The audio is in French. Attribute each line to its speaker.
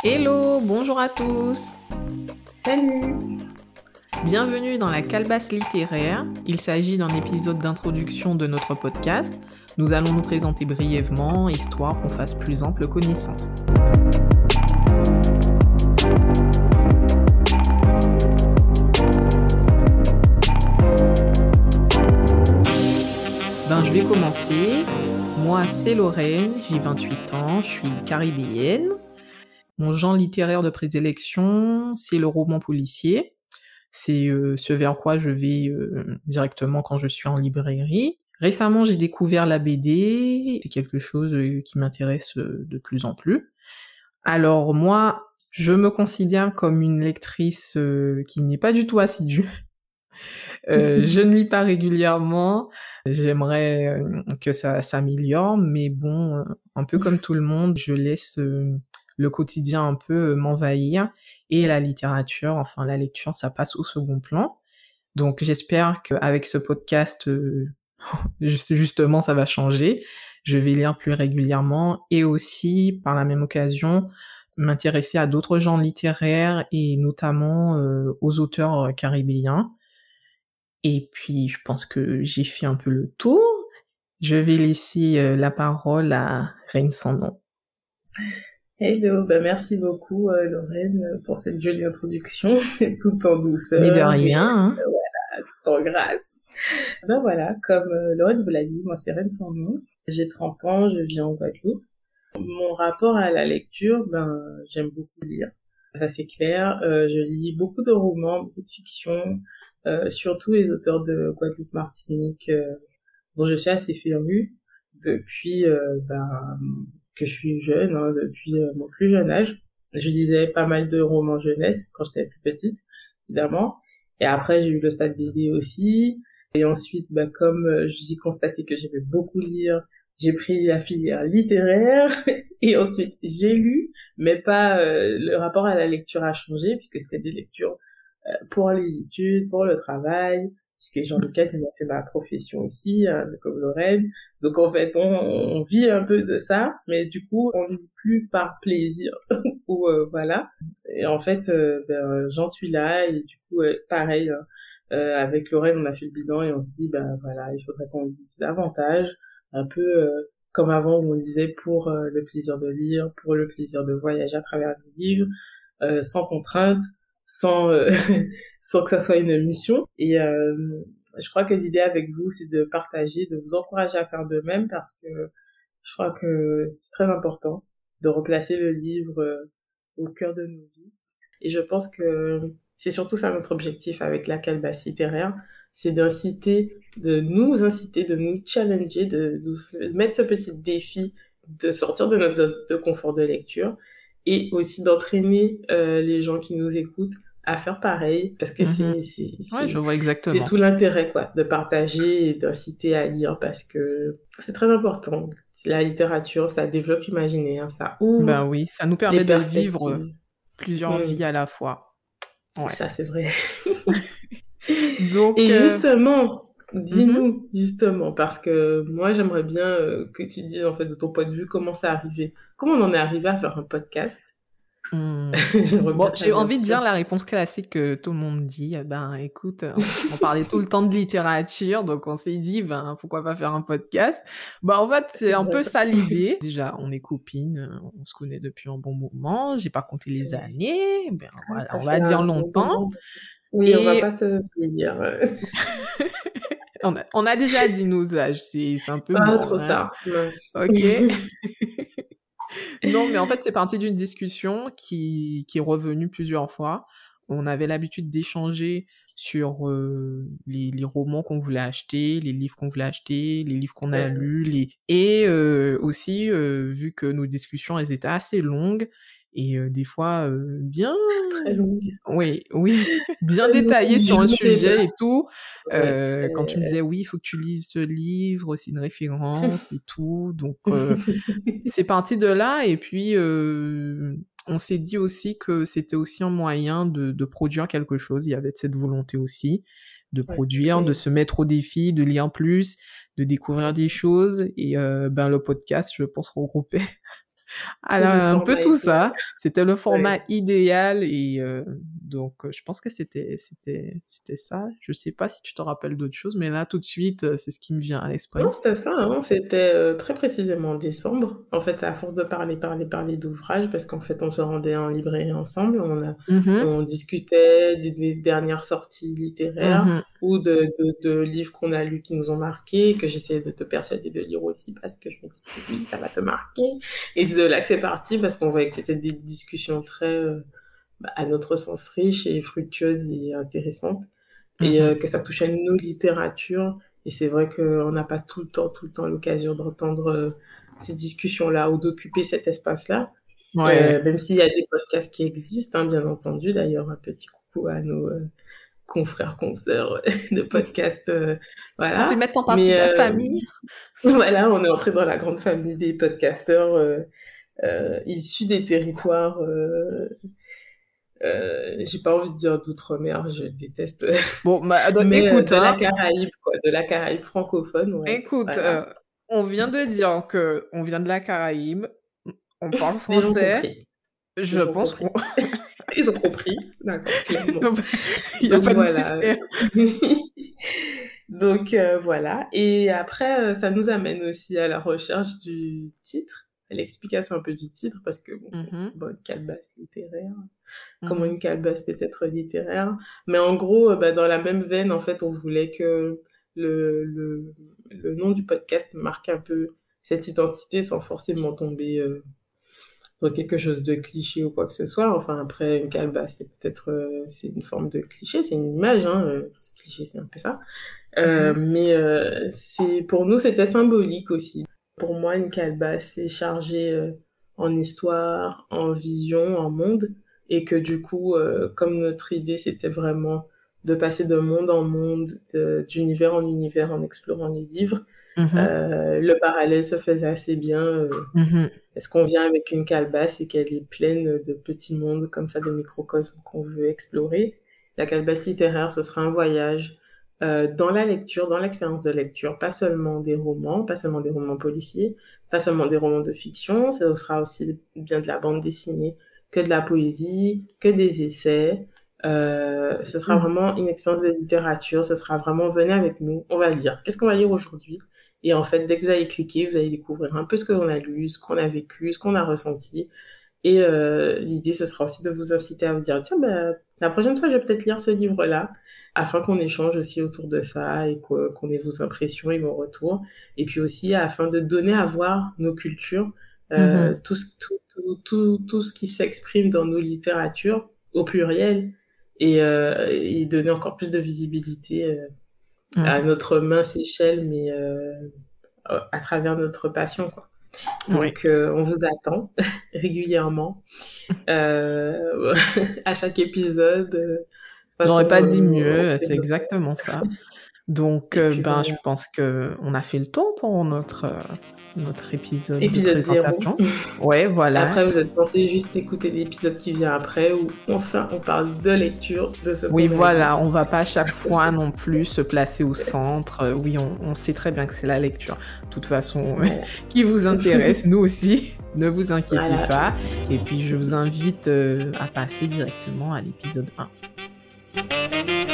Speaker 1: Hello, bonjour à tous.
Speaker 2: Salut!
Speaker 1: Bienvenue dans la Calebasse littéraire. Il s'agit d'un épisode d'introduction de notre podcast. Nous allons nous présenter brièvement, histoire qu'on fasse plus ample connaissance. Je vais commencer. Moi, c'est Lorraine, j'ai 28 ans, je suis caribéenne. Mon genre littéraire de prédilection, c'est le roman policier. C'est ce vers quoi je vais directement quand je suis en librairie. Récemment, j'ai découvert la BD. C'est quelque chose qui m'intéresse de plus en plus. Alors moi, je me considère comme une lectrice qui n'est pas du tout assidue. Je ne lis pas régulièrement. J'aimerais que ça s'améliore, mais bon, un peu comme tout le monde, je laisse le quotidien un peu m'envahir, et la littérature, enfin la lecture, ça passe au second plan. Donc j'espère qu'avec ce podcast, justement, ça va changer. Je vais lire plus régulièrement et aussi, par la même occasion, m'intéresser à d'autres genres littéraires et notamment aux auteurs caribéens. Et puis, je pense que j'ai fait un peu le tour. Je vais laisser la parole à Reine sans nom.
Speaker 2: Hello, merci beaucoup Lorraine pour cette jolie introduction, tout en douceur.
Speaker 1: Mais de rien, hein.
Speaker 2: Voilà, tout en grâce. Voilà, comme Lorraine vous l'a dit, moi c'est Reine sans nom. J'ai 30 ans, je vis en Guadeloupe. Mon rapport à la lecture, j'aime beaucoup lire. Ça c'est clair. Je lis beaucoup de romans, beaucoup de fiction, surtout les auteurs de Guadeloupe-Martinique, dont je suis assez férue depuis que je suis jeune, depuis mon plus jeune âge. Je lisais pas mal de romans jeunesse quand j'étais plus petite, évidemment. Et après, j'ai eu le stade BD aussi. Et ensuite, comme j'ai constaté que j'aimais beaucoup lire, j'ai pris la filière littéraire. Et ensuite, j'ai lu, mais pas le rapport à la lecture a changé, puisque c'était des lectures pour les études, pour le travail, puisque j'en ai quasiment fait ma profession ici, comme Lorraine. Donc en fait, on vit un peu de ça, mais du coup, on lit plus par plaisir. Ou voilà. Et en fait, j'en suis là, et du coup, pareil, avec Lorraine, on a fait le bilan et on se dit, voilà, il faudrait qu'on lise davantage, un peu comme avant où on disait pour le plaisir de lire, pour le plaisir de voyager à travers les livres, sans contrainte, sans sans que ça soit une mission. Et je crois que l'idée avec vous, c'est de partager, de vous encourager à faire de même, parce que je crois que c'est très important de replacer le livre au cœur de nos vies. Et je pense que c'est surtout ça notre objectif avec la Calebasse littéraire, c'est de nous challenger, de nous mettre ce petit défi de sortir de notre zone de confort de lecture, et aussi d'entraîner les gens qui nous écoutent à faire pareil, parce que
Speaker 1: je vois exactement.
Speaker 2: C'est tout l'intérêt, quoi, de partager et d'inciter à lire, parce que c'est très important. La littérature, ça développe l'imaginaire, ça ouvre.
Speaker 1: Oui, ça nous permet de vivre plusieurs vies à la fois.
Speaker 2: Ouais. Ça, c'est vrai.
Speaker 1: Donc,
Speaker 2: et justement, dis-nous, justement, parce que moi, j'aimerais bien que tu dises, en fait, de ton point de vue, comment ça arrivé. Comment on en est arrivé à faire un podcast?
Speaker 1: J'ai envie de dire la réponse classique que tout le monde dit. Écoute, on parlait tout le temps de littérature, donc on s'est dit, pourquoi pas faire un podcast? En fait, c'est un peu ça l'idée. Déjà, on est copines, on se connaît depuis un bon moment. J'ai pas compté les années. Voilà, on va dire longtemps.
Speaker 2: Oui, on va pas se vieillir.
Speaker 1: On a déjà dit nos âges, c'est un peu
Speaker 2: trop tard.
Speaker 1: Ok. Non, mais en fait, c'est parti d'une discussion qui est revenue plusieurs fois. On avait l'habitude d'échanger sur les romans qu'on voulait acheter, les livres qu'on voulait acheter, les livres qu'on a lus, et aussi, vu que nos discussions, elles étaient assez longues, et des fois bien...
Speaker 2: Très longue.
Speaker 1: Oui, bien détaillé sur un sujet et tout. Quand tu me disais, oui, il faut que tu lises ce livre, c'est une référence et tout. Donc, c'est parti de là. Et puis, on s'est dit aussi que c'était aussi un moyen de produire quelque chose. Il y avait cette volonté aussi de produire, de se mettre au défi, de lire plus, de découvrir des choses. Et le podcast, je pense, regroupait Alors,
Speaker 2: Le
Speaker 1: un peu
Speaker 2: format
Speaker 1: tout
Speaker 2: idéal.
Speaker 1: ça. C'était le format
Speaker 2: Ouais.
Speaker 1: idéal et donc je pense que c'était ça. Je sais pas si tu te rappelles d'autres choses, mais là, tout de suite, c'est ce qui me vient à
Speaker 2: Non,
Speaker 1: l'esprit.
Speaker 2: c'était ça, hein, c'était, très précisément en décembre. En fait, à force de parler d'ouvrages, parce qu'en fait, on se rendait en librairie ensemble,
Speaker 1: Mmh mh.
Speaker 2: on discutait des dernières sorties littéraires
Speaker 1: Mmh.
Speaker 2: ou de livres qu'on a lus qui nous ont marqués, que j'essayais de te persuader de lire aussi parce que je me dis que oui, ça va te marquer. Et c'est de là que c'est parti parce qu'on voyait que c'était des discussions très, à notre sens riches et fructueuses et intéressantes et
Speaker 1: Mmh.
Speaker 2: que ça touchait nos littératures. Et c'est vrai qu'on n'a pas tout le temps l'occasion d'entendre ces discussions-là ou d'occuper cet espace-là.
Speaker 1: Ouais.
Speaker 2: Même s'il y a des podcasts qui existent, hein, bien entendu. D'ailleurs, un petit coucou à nos confrères, consoeurs de podcasts,
Speaker 1: Qu'on fait
Speaker 2: voilà.
Speaker 1: maintenant partie
Speaker 2: Mais
Speaker 1: de la famille.
Speaker 2: voilà, on est entré dans la grande famille des podcasteurs issus des territoires. J'ai pas envie de dire d'outre-mer, je déteste.
Speaker 1: Bon, bah, donc
Speaker 2: Mais
Speaker 1: écoute,
Speaker 2: de la
Speaker 1: hein,
Speaker 2: Caraïbe, quoi, de la Caraïbe francophone, ouais,
Speaker 1: écoute,
Speaker 2: voilà.
Speaker 1: on vient de dire qu'on vient de la Caraïbe, on parle
Speaker 2: Les gens ont
Speaker 1: français,
Speaker 2: compris, les
Speaker 1: je
Speaker 2: gens ont
Speaker 1: pense qu'on
Speaker 2: compris. Ils ont compris, d'accord, clairement.
Speaker 1: il y a
Speaker 2: Donc
Speaker 1: pas de
Speaker 2: voilà.
Speaker 1: mystère.
Speaker 2: Donc voilà et après, ça nous amène aussi à la recherche du titre, à l'explication un peu du titre parce que bon,
Speaker 1: Mmh mh.
Speaker 2: c'est pas une calebasse littéraire. Comment
Speaker 1: Mmh.
Speaker 2: une calebasse peut être littéraire. Mais en gros, bah, dans la même veine, en fait, on voulait que le, le, le nom du podcast marque un peu cette identité sans forcément tomber dans quelque chose de cliché ou quoi que ce soit. Enfin, après, une calebasse, c'est peut-être c'est une forme de cliché, c'est une image, hein, c'est cliché, c'est un peu ça.
Speaker 1: Mmh.
Speaker 2: Mais c'est pour nous, c'était symbolique aussi. Pour moi, une calebasse, c'est chargé en histoire, en vision, en monde, et que du coup, comme notre idée, c'était vraiment de passer de monde en monde, d'univers en univers en explorant les livres,
Speaker 1: Mmh mh.
Speaker 2: le parallèle se faisait assez bien.
Speaker 1: Mmh.
Speaker 2: Parce qu'on vient avec une calebasse et qu'elle est pleine de petits mondes comme ça, de microcosmes qu'on veut explorer. La calebasse littéraire, ce sera un voyage dans la lecture, dans l'expérience de lecture, pas seulement des romans, pas seulement des romans policiers, pas seulement des romans de fiction, ce sera aussi bien de la bande dessinée, que de la poésie, que des essais. Ce sera
Speaker 1: Mmh.
Speaker 2: vraiment une expérience de littérature, ce sera vraiment venez avec nous, on va lire. Qu'est-ce qu'on va lire aujourd'hui? Et en fait, dès que vous allez cliquer, vous allez découvrir un peu ce qu'on a lu, ce qu'on a vécu, ce qu'on a ressenti. Et l'idée, ce sera aussi de vous inciter à vous dire, tiens, bah, la prochaine fois, je vais peut-être lire ce livre-là, afin qu'on échange aussi autour de ça et qu'on ait vos impressions et vos retours. Et puis aussi, afin de donner à voir nos cultures,
Speaker 1: Mmh.
Speaker 2: tout ce qui s'exprime dans nos littératures, au pluriel, et donner encore plus de visibilité à
Speaker 1: Mmh.
Speaker 2: notre mince échelle, mais à travers notre passion, quoi.
Speaker 1: Oui.
Speaker 2: Donc, on vous attend régulièrement, à chaque épisode. De toute
Speaker 1: J'aurais
Speaker 2: façon,
Speaker 1: pas dit
Speaker 2: on
Speaker 1: mieux, c'est
Speaker 2: développe.
Speaker 1: exactement ça. Donc,
Speaker 2: Et puis
Speaker 1: ben, je
Speaker 2: voilà.
Speaker 1: pense qu'on a fait le tour pour notre épisode de
Speaker 2: Épisode 0.
Speaker 1: présentation. Ouais, voilà.
Speaker 2: Après, vous êtes censés juste écouter l'épisode qui vient après où enfin on parle de lecture, de ce
Speaker 1: Oui,
Speaker 2: qu'on a lu.
Speaker 1: voilà, on va pas à chaque fois non plus se placer au centre. Oui, on sait très bien que c'est la lecture, de toute façon,
Speaker 2: Voilà.
Speaker 1: qui vous intéresse, nous aussi, ne vous inquiétez
Speaker 2: Voilà.
Speaker 1: pas. Et puis je vous invite, à passer directement à l'épisode 1.